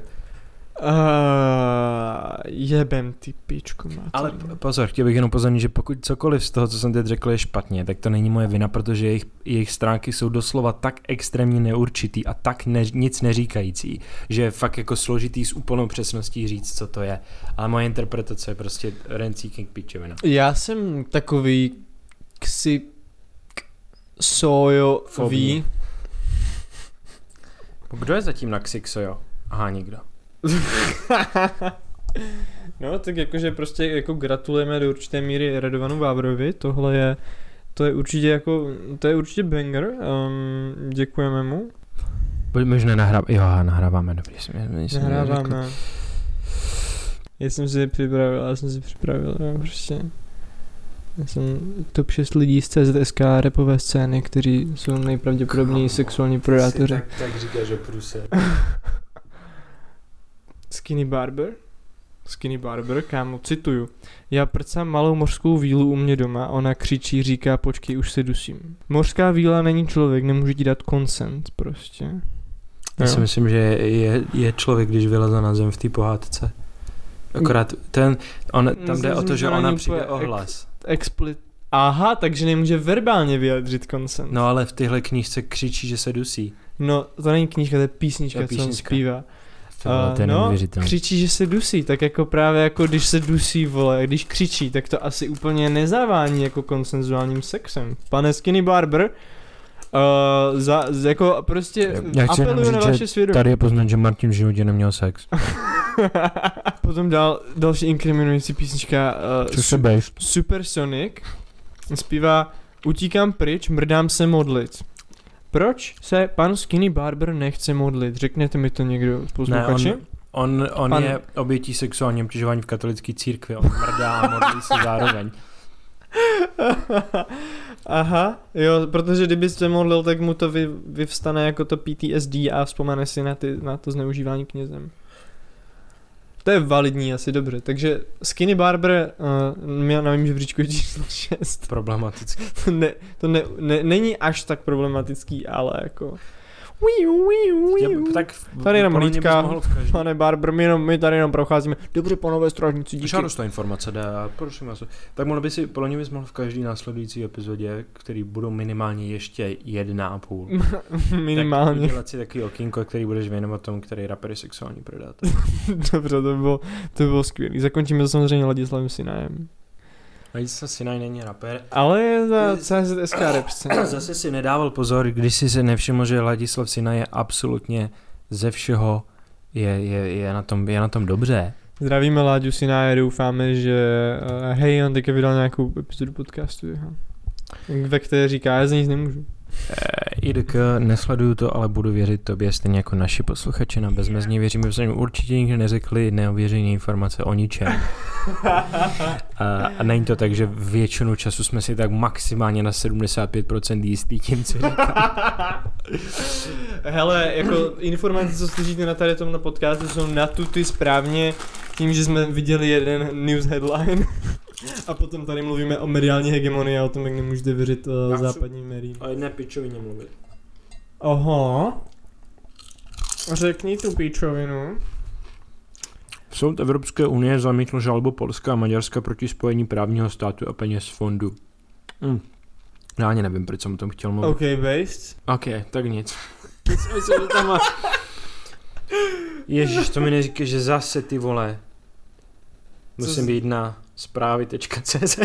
Jebem ty pičku, máte. Ale pozor, chtěl bych jenom pozornit, že pokud cokoliv z toho, co jsem teď řekl, je špatně, tak to není moje vina, protože jejich stránky jsou doslova tak extrémně neurčitý a tak nic neříkající, že je fakt jako složitý s úplnou přesností říct, co to je. Ale moje interpretace je prostě rent seeking pičovina. Já jsem takový sojový. Kdo je zatím na XIXO? Aha, nikdo. No, tak jakože prostě jako gratulujeme do určité míry Radovanu Vávrovi, to je určitě banger, děkujeme mu. Možná nahráváme, dobrý. Nahráváme. Já jsem si připravil, prostě. Já jsem top 6 lidí z CZSK rapové scény, kteří jsou nejpravděpodobněji sexuální predátoři. Tak říkáš o pruse. Skinny Barber, kámo, cituju. Já prcám malou mořskou vílu u mě doma, ona křičí, říká, počkej, už se dusím. Mořská víla není člověk, nemůže ti dát consent, prostě. Já si myslím, že je člověk, když vyleze na zem v té pohádce. Akorát tam jde o to, že ona přijde o hlas. Aha, takže nemůže verbálně vyjádřit consent. No ale v téhle knížce křičí, že se dusí. No, to není knížka, to je písnička, co on zpívá. Křičí, že se dusí, tak jako právě jako když se dusí, vole, když křičí, tak to asi úplně nezávání jako konsenzuálním sexem. Pane Skinny Barber, Jako prostě Já chci jenom apeluju na říct, vaše že svědomí. tady je poznat, že Martin v životě neměl sex. Potom další inkriminující písnička Co se bejš? Supersonic zpívá Utíkám pryč, mrdám se modlit. Proč se pan Skinny Barber nechce modlit? Řekněte mi to někdo z posluchači? Ne, on je obětí sexuálního obtěžování v katolické církvi. On mrdá a modlí se zároveň. Aha, jo, protože kdyby se modlil, tak mu to vyvstane jako to PTSD a vzpomene si na to zneužívání knězem. To je validní asi, dobře. Takže Skinny Barber měl na mým žebříčku číslo 6. Problematický. To není až tak problematický, ale jako... Tak tady jenom podle mě hlídka, bys mohl v každý- pane Barber, my tady jenom procházíme. Dobře, panové strážníci, díky. Žádost ta informace dá, prosím vás. Tak podle mě bys mohl v každý následující epizodě, který budou minimálně ještě 1,5. Minimálně. Tak udělat si takový okýnko, který budeš věnovat tomu, který rapper je sexuální predátor. Dobře, to bylo skvělý. Zakončíme to samozřejmě Ladislavem Sinajem. Ladislav Sinaj není rapper. Ale je za CZSK rap scéna. Zase si nedával pozor, když si se nevšiml, že Ladislav Sinaj je absolutně ze všeho je na tom dobře. Zdravíme Láďu Sinaje, doufáme, že hej, on teďka vydal nějakou epizodu podcastu, ve které říká, já za nic nemůžu. IDK, nesleduju to, ale budu věřit tobě, stejně jako naši posluchači na Bezmezně věříme, protože určitě nikdy neřekli neověřené informace o ničem. A není to tak, že většinu času jsme si tak maximálně na 75% jistý tím, co říká. Hele, jako informace, co slyšíte na tady tomhle podcastu, jsou natuty správně tím, že jsme viděli jeden news headline a potom tady mluvíme o mediální hegemonii a o tom, jak nemůžete věřit západním médiím. O jedné pičovině mluvit. Aha. Řekni tu pičovinu. Soud Evropské unie zamítl žalobu Polska a Maďarska proti spojení právního státu a peněz z fondu. Já ani nevím, proč jsem o tom chtěl mluvit. OK, based. OK, tak nic. Myslím, že tam má... Ježiš, to mi neříkej, že zase ty vole. Musím být na zprávy.cz.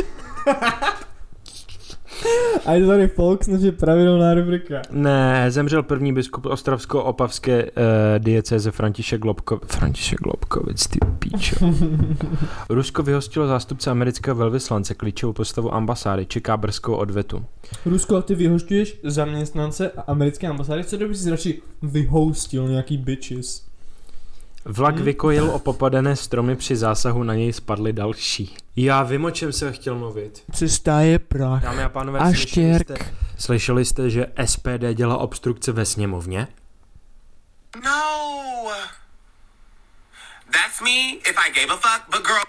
A je tady Fox, než je pravidelná rubrika. Ne, zemřel první biskup ostravsko-opavské diecéze František Lobkovic, ty píčo. Rusko vyhostilo zástupce amerického velvyslance, klíčovou postavu ambasády, čeká brzkou odvetu. Rusko, ty vyhošťuješ zaměstnance americké ambasády, co kdyby si radši vyhostil nějaký bitches? Vlak vykojil o popadené stromy, při zásahu na něj spadly další. Já vím, o čem jsem chtěl mluvit. Cesta je prach. Dámy a pánové, a štěrk. Slyšeli jste, že SPD dělá obstrukce ve sněmovně? No. That's me if I gave a fuck, but girl.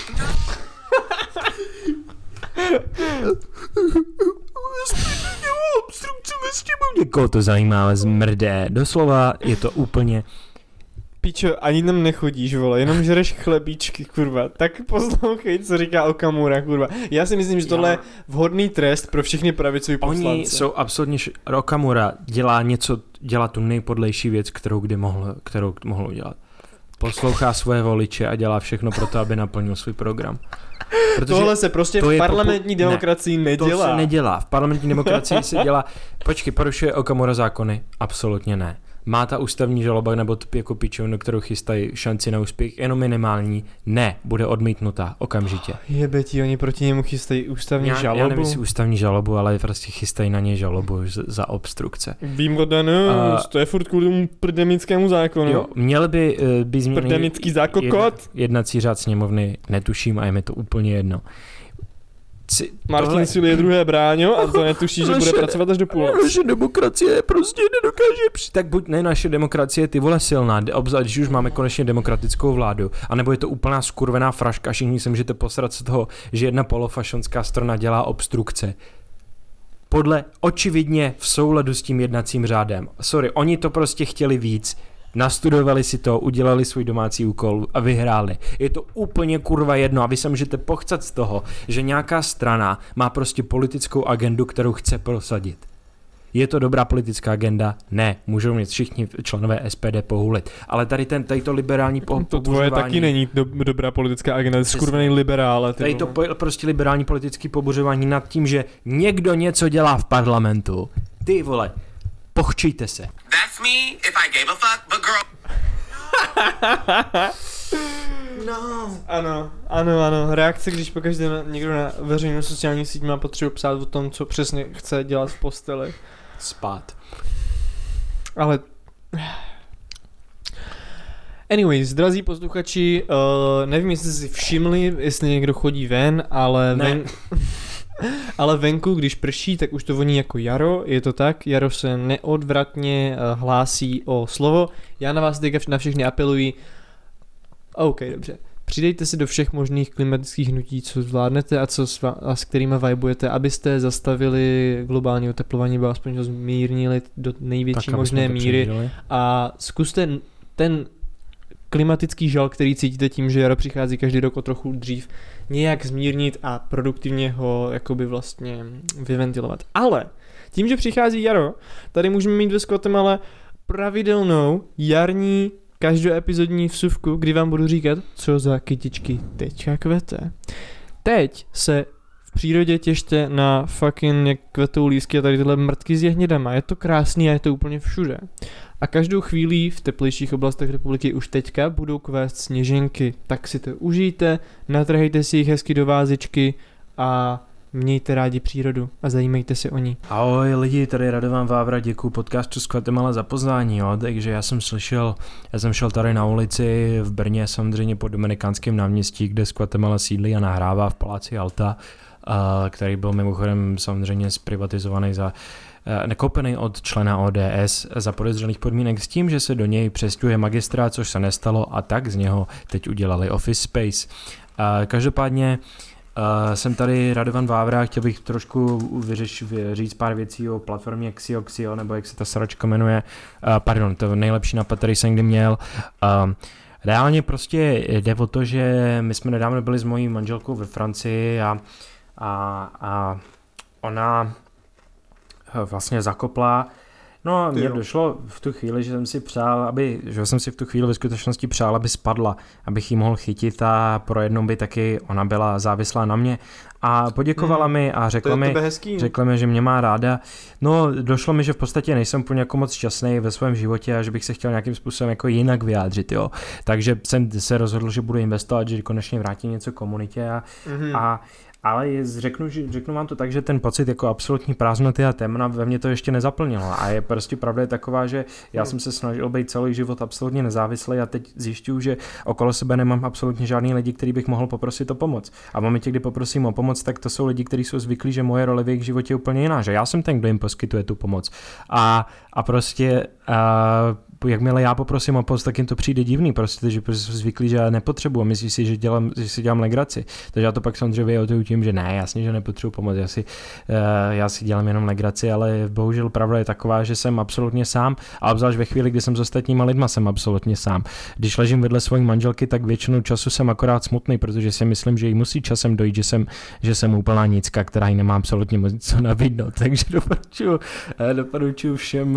Obstrukce ve sněmovně. Koho to zajímá, ale zmrdé. Doslova je to úplně... Pičo, ani tam nechodíš, vole, jenom žereš chlebíčky, kurva. Tak poslouchej, co říká Okamura, kurva. Já si myslím, že tohle je vhodný trest pro všechny pravicový poslance. Oni jsou absolutně... Okamura dělá tu nejpodlejší věc, kterou mohl udělat. Poslouchá svoje voliče a dělá všechno pro to, aby naplnil svůj program. Protože tohle se prostě v parlamentní demokracii nedělá. To se nedělá. V parlamentní demokracii se dělá... Počkej, porušuje Okamura zákony? Absolutně ne. Má ta ústavní žaloba nebo jako pičovinu, kterou chystají šanci na úspěch, jenom minimální? Ne, bude odmítnutá okamžitě. Jebetí, oni proti němu chystají ústavní žalobu? Já nevím, jestli ústavní žalobu, ale prostě chystají na něj žalobu za obstrukce. Vím, to je furt kvůli tomu prdemickému zákonu. Jo, měl by změnit prdemický zákokot? Jednací řád sněmovny, netuším a je mi to úplně jedno. Martin siluje druhé bráňo a to netuší, že bude pracovat až do půlnoci. Naše demokracie prostě nedokáže tak buď ne naše demokracie ty vole silná, obzvlášť, když už máme konečně demokratickou vládu, anebo je to úplná skurvená fraška, všichni se můžete posrat z toho, že jedna polofašonská strana dělá obstrukce. Podle očividně v souladu s tím jednacím řádem. Sorry, oni to prostě chtěli víc. Nastudovali si to, udělali svůj domácí úkol a vyhráli. Je to úplně kurva jedno a vy se můžete pochcat z toho, že nějaká strana má prostě politickou agendu, kterou chce prosadit. Je to dobrá politická agenda? Ne, můžou mít všichni členové SPD pohulit. Ale tady to liberální To tvoje taky není dobrá politická agenda, skurvený liberál. Tady to prostě liberální politické pobuřování nad tím, že někdo něco dělá v parlamentu, Ty vole, pochčijte se. That's me if I gave a fuck, but girl. Ano. Reakce, když pokaždé někdo na veřejnou sociální síť má potřebu psát o tom, co přesně chce dělat v posteli. Spát. Ale... Anyways, drazí posluchači, nevím, jestli jste si všimli, jestli někdo chodí ven, ale ale venku, když prší, tak už to voní jako jaro, je to tak, jaro se neodvratně hlásí o slovo. Já na vás teďka na všechny apeluji. OK, dobře. Přidejte se do všech možných klimatických hnutí, co zvládnete a s kterými vibujete, abyste zastavili globální oteplování, nebo aspoň to zmírnili do největší možné míry. A zkuste ten klimatický žal, který cítíte tím, že jaro přichází každý rok o trochu dřív, nějak zmírnit a produktivně ho jakoby vlastně vyventilovat. Ale tím, že přichází jaro, tady můžeme mít ve Guatemala pravidelnou jarní každoepizodní vsuvku, kdy vám budu říkat, co za kytičky teďka kvete. Teď se v přírodě těšte na fucking jak kvetou lísky a tady tyhle mrtky s jehnědama. Je to krásný a je to úplně všude. A každou chvíli v teplejších oblastech republiky už teďka budou kvést sněženky. Tak si to užijte, natrhejte si jich hezky do vázičky a mějte rádi přírodu a zajímejte se o ní. Ahoj lidi, tady Radovan Vávra, děkuju podcastu z Guatemala za pozvání, jo. Takže já jsem šel tady na ulici v Brně, samozřejmě po Dominikánském náměstí, kde z Guatemala sídlí a nahrává v Paláci Alta, který byl mimochodem samozřejmě zprivatizovaný nekoupený od člena ODS za podezřelých podmínek s tím, že se do něj přestěhuje magistrát, což se nestalo a tak z něho teď udělali office space. Každopádně jsem tady Radovan Vávra, chtěl bych trošku říct pár věcí o platformě Xio, nebo jak se ta sračka jmenuje, to nejlepší nápad, který jsem kdy měl. Reálně prostě jde o to, že my jsme nedávno byli s mojí manželkou ve Francii a ona vlastně zakopla. No a mně došlo v tu chvíli, že jsem si v tu chvíli ve skutečnosti přál, aby spadla, abych ji mohl chytit a pro jednou by taky ona byla závislá na mě a poděkovala mi a řekla mi, že mě má ráda. No došlo mi, že v podstatě nejsem úplně jako moc šťastný ve svém životě a že bych se chtěl nějakým způsobem jako jinak vyjádřit, jo. Takže jsem se rozhodl, že budu investovat, že konečně vrátím něco komunitě ale řeknu vám to tak, že ten pocit jako absolutní prázdnoty a temna ve mně to ještě nezaplnilo. A je prostě pravda je taková, že já jsem se snažil být celý život absolutně nezávislý a teď zjišťuju, že okolo sebe nemám absolutně žádný lidi, který bych mohl poprosit o pomoc. A v momentě, kdy poprosím o pomoc, tak to jsou lidi, kteří jsou zvyklí, že moje role v jejich životě je úplně jiná, že já jsem ten, kdo jim poskytuje tu pomoc. A prostě jakmile já poprosím o pomoc, tak jim to přijde divný, prostě, že jsou zvyklí, že já nepotřebuji, myslí si, že si dělám legraci. Takže já to pak samozřejmě vyhotuju tím, že ne, jasně, že nepotřebuji pomoc, já si dělám jenom legraci, ale bohužel pravda je taková, že jsem absolutně sám a obzvlášť ve chvíli, kdy jsem s ostatníma lidma, jsem absolutně sám. Když ležím vedle své manželky, tak většinu času jsem akorát smutný, protože si myslím, že jí musí časem dojít, že jsem úplná nicka, která jí nemá absolutně moc co nabídnout. Takže doporučuji všem,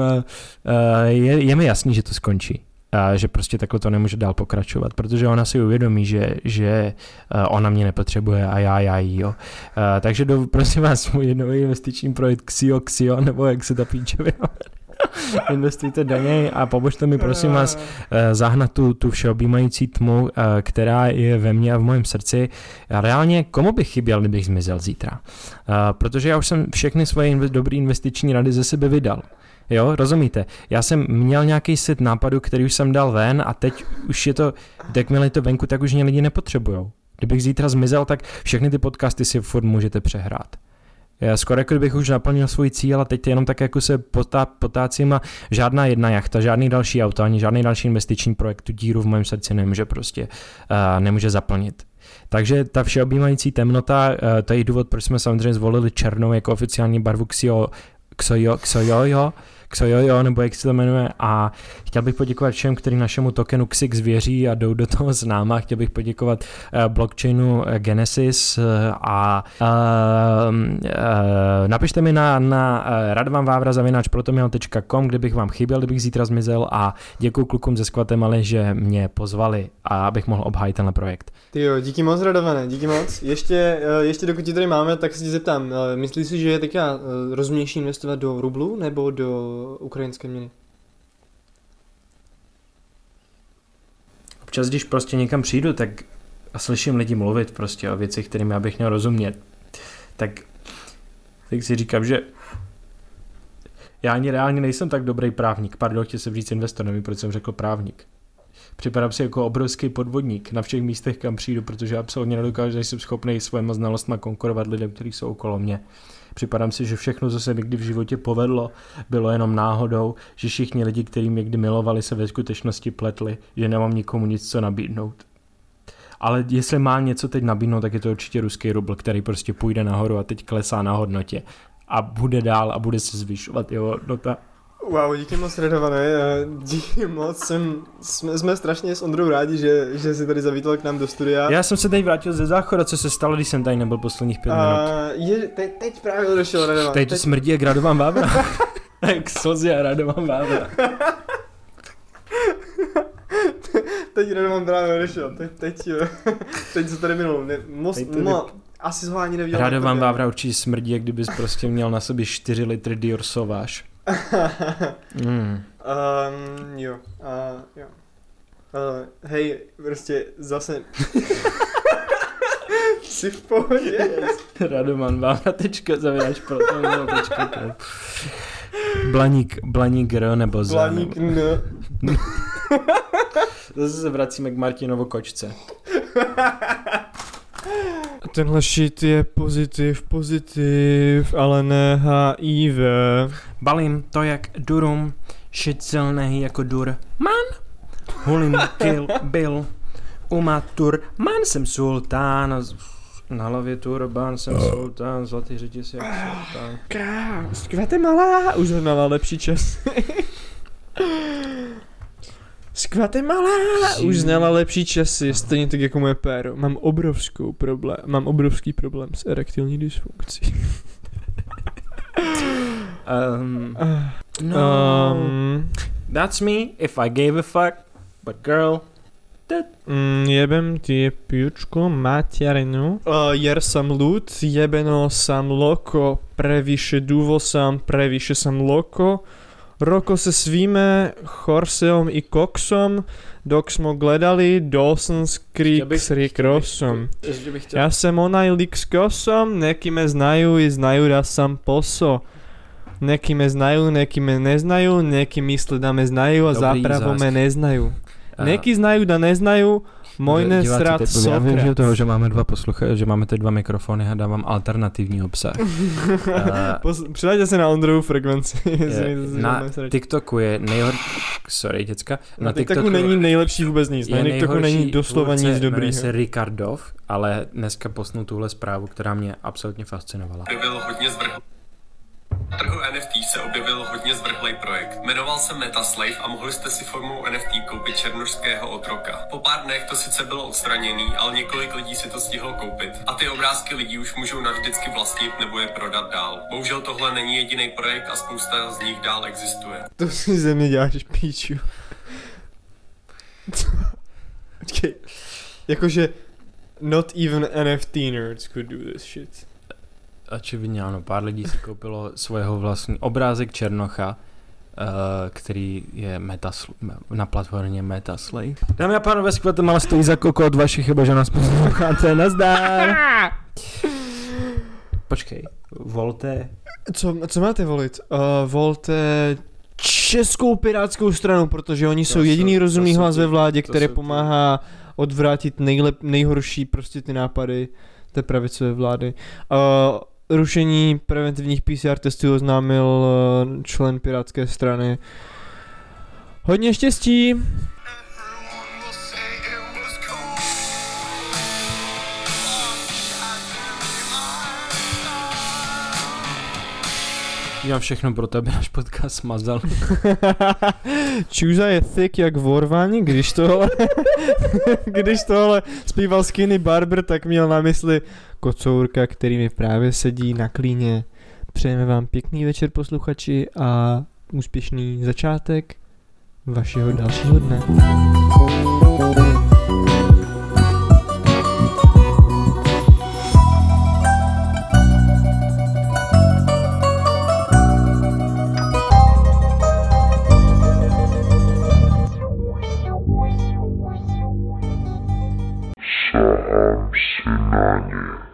je mi jasný, že to skončí. Že prostě takhle to nemůže dál pokračovat, protože ona si uvědomí, že ona mě nepotřebuje a já jí, jo. Takže prosím vás, můj nový investiční projekt Xio, nebo jak se ta píče investujte do něj a pomožte mi, prosím vás, zahnat tu všeobjímající tmu, která je ve mně a v mém srdci. A reálně, komu bych chyběl, kdybych zmizel zítra? Protože já už jsem všechny svoje dobré investiční rady ze sebe vydal. Jo, rozumíte? Já jsem měl nějaký set nápadů, který už jsem dal ven a teď už je to, jakmile je to venku, tak už mě lidi nepotřebujou. Kdybych zítra zmizel, tak všechny ty podcasty si furt můžete přehrát. Já skoro jako kdybych už naplnil svůj cíl a teď jenom tak jako se potácím a žádná jedna jachta, žádný další auto, ani žádný další investiční projekt tu díru v mém srdci nemůže zaplnit. Takže ta všeobjímající temnota, to je důvod, proč jsme samozřejmě zvolili černou jako oficiální barvu Xio, Xojojo, nebo jak se to jmenuje, a chtěl bych poděkovat všem, kteří našemu tokenu Xix věří a jdou do toho s náma. Chtěl bych poděkovat blockchainu Genesis a napište mi na radovanvávra@protonmail.com, kdybych vám chyběl, kdybych zítra zmizel, a děkuji klukům ze Squatemala, že mě pozvali a abych mohl obhájit tenhle projekt. Tyjo, díky moc, Radované, díky moc. Ještě dokud ti tady máme, tak se ti zeptám, myslíš si, že je teďka rozumnější investovat do rublu nebo do ukrajinské měny? Občas, když prostě někam přijdu, tak a slyším lidi mluvit prostě o věcech, kterým já bych měl rozumět, tak si říkám, že já ani reálně nejsem tak dobrý právník. Pardon, chtěl jsem říct investor, nevím, proč jsem řekl právník. Připadám si jako obrovský podvodník na všech místech, kam přijdu, protože absolutně nedokážu, že jsem schopný svýma znalostma konkurovat lidem, kteří jsou okolo mě. Připadám si, že všechno, co se mi kdy v životě povedlo, bylo jenom náhodou, že všichni lidi, kteří mě kdy milovali, se ve skutečnosti pletli, že nemám nikomu nic co nabídnout. Ale jestli má něco teď nabídnout, tak je to určitě ruský rubl, který prostě půjde nahoru a teď klesá na hodnotě. A bude dál a bude se zvyšovat jeho hodnota. Wow, díky moc, Radované, díky moc, jsme strašně s Ondrou rádi, že jsi tady zavítal k nám do studia. Já jsem se tady vrátil ze záchoda, co se stalo, když jsem tady nebyl posledních 5 minut. Teď právě odešel Radovan. Tady to smrdí jak Radovan Vávra. Jak slzy a Radovan Vávra. Teď Radovan právě odešel, teď co tady minul, asi ho ani neviděl. Radovan Vávra určitě smrdí, jak kdybys prostě měl na sobě 4 litry Dior Sauvage. Jo. Hej, prostě zase... Jsi v pohodě? Radovan Vávra .com. Blaník R nebo Z. Blaník N. Zase se vracíme k Martinovo kočce. Tenhle shit je pozitiv, ale ne HIV. Balím to jak durum, shit silnej jako dur. Man, hulím kill bill, umatur, man jsem sultán, na hlavě turban jsem sultán, zlatý řetěz jak sultán. Guatemala, už znala lepší čas. Z Guatemala už znala lepší časy, stejně tak jako moje péro. Mám obrovský problém s erektilní dysfunkcí. That's me if I gave a fuck, but girl, jebem ti pijučko materinu. Jer sam lud, jebeno sam loko, previše duvo sam, previše sam loko. Roko se svíme Horseom i Coxom, dok smo gledali Dawson's Creek s Rick Rossom. Ja sam onaj lik s kosom, neki me znaju i znaju da sam poso. Neki me znaju, neki me ne znaju, neki misle da me znaju, a zapravo me ne znaju. Neki znaju da ne znaju, můj nesrat Sokrat. Já vím, že toho, že máme že máme ty 2 mikrofony a dávám alternativní obsah. Přilaďte se na Ondrovu frekvenci. Na TikToku je Sorry, děcka. Na TikToku není nejlepší vůbec nic. Na TikToku není doslova nic dobrýho. Jmenuje se Ricardov, ale dneska posnul tuhle zprávu, která mě absolutně fascinovala. Na trhu NFT se objevil hodně zvrhlej projekt. Jmenoval se Metaslave a mohli jste si formou NFT koupit černošského otroka. Po pár dnech to sice bylo odstraněný, ale několik lidí si to stihlo koupit. A ty obrázky lidí už můžou navždycky vlastnit nebo je prodat dál. Bohužel tohle není jediný projekt a spousta z nich dál existuje. To si ze mě děláš píču. Počkej. Jakože not even NFT nerds could do this shit. Očividně ano, pár lidí si koupilo svého vlastní obrázek Černocha, který je na platformě Metaslave. Dámy a pánové, z Guatemala stojí za koko od vašich, chyba, že nás posloucháte. Nazdar! Počkej, volte... Co máte volit? Volte Českou pirátskou stranu, protože oni jsou jediný rozumný hlas ve vládě, který pomáhá odvrátit nejhorší prostě ty nápady té pravicové vlády. Rušení preventivních PCR testů oznámil člen pirátské strany. Hodně štěstí! Dělám všechno pro tebe, náš podcast smazal. Čuza je thick jak vorvaň, když tohle zpíval Skinny Barber, tak měl na mysli kocourka, který mi právě sedí na klíně. Přejeme vám pěkný večer, posluchači, a úspěšný začátek vašeho dalšího dne.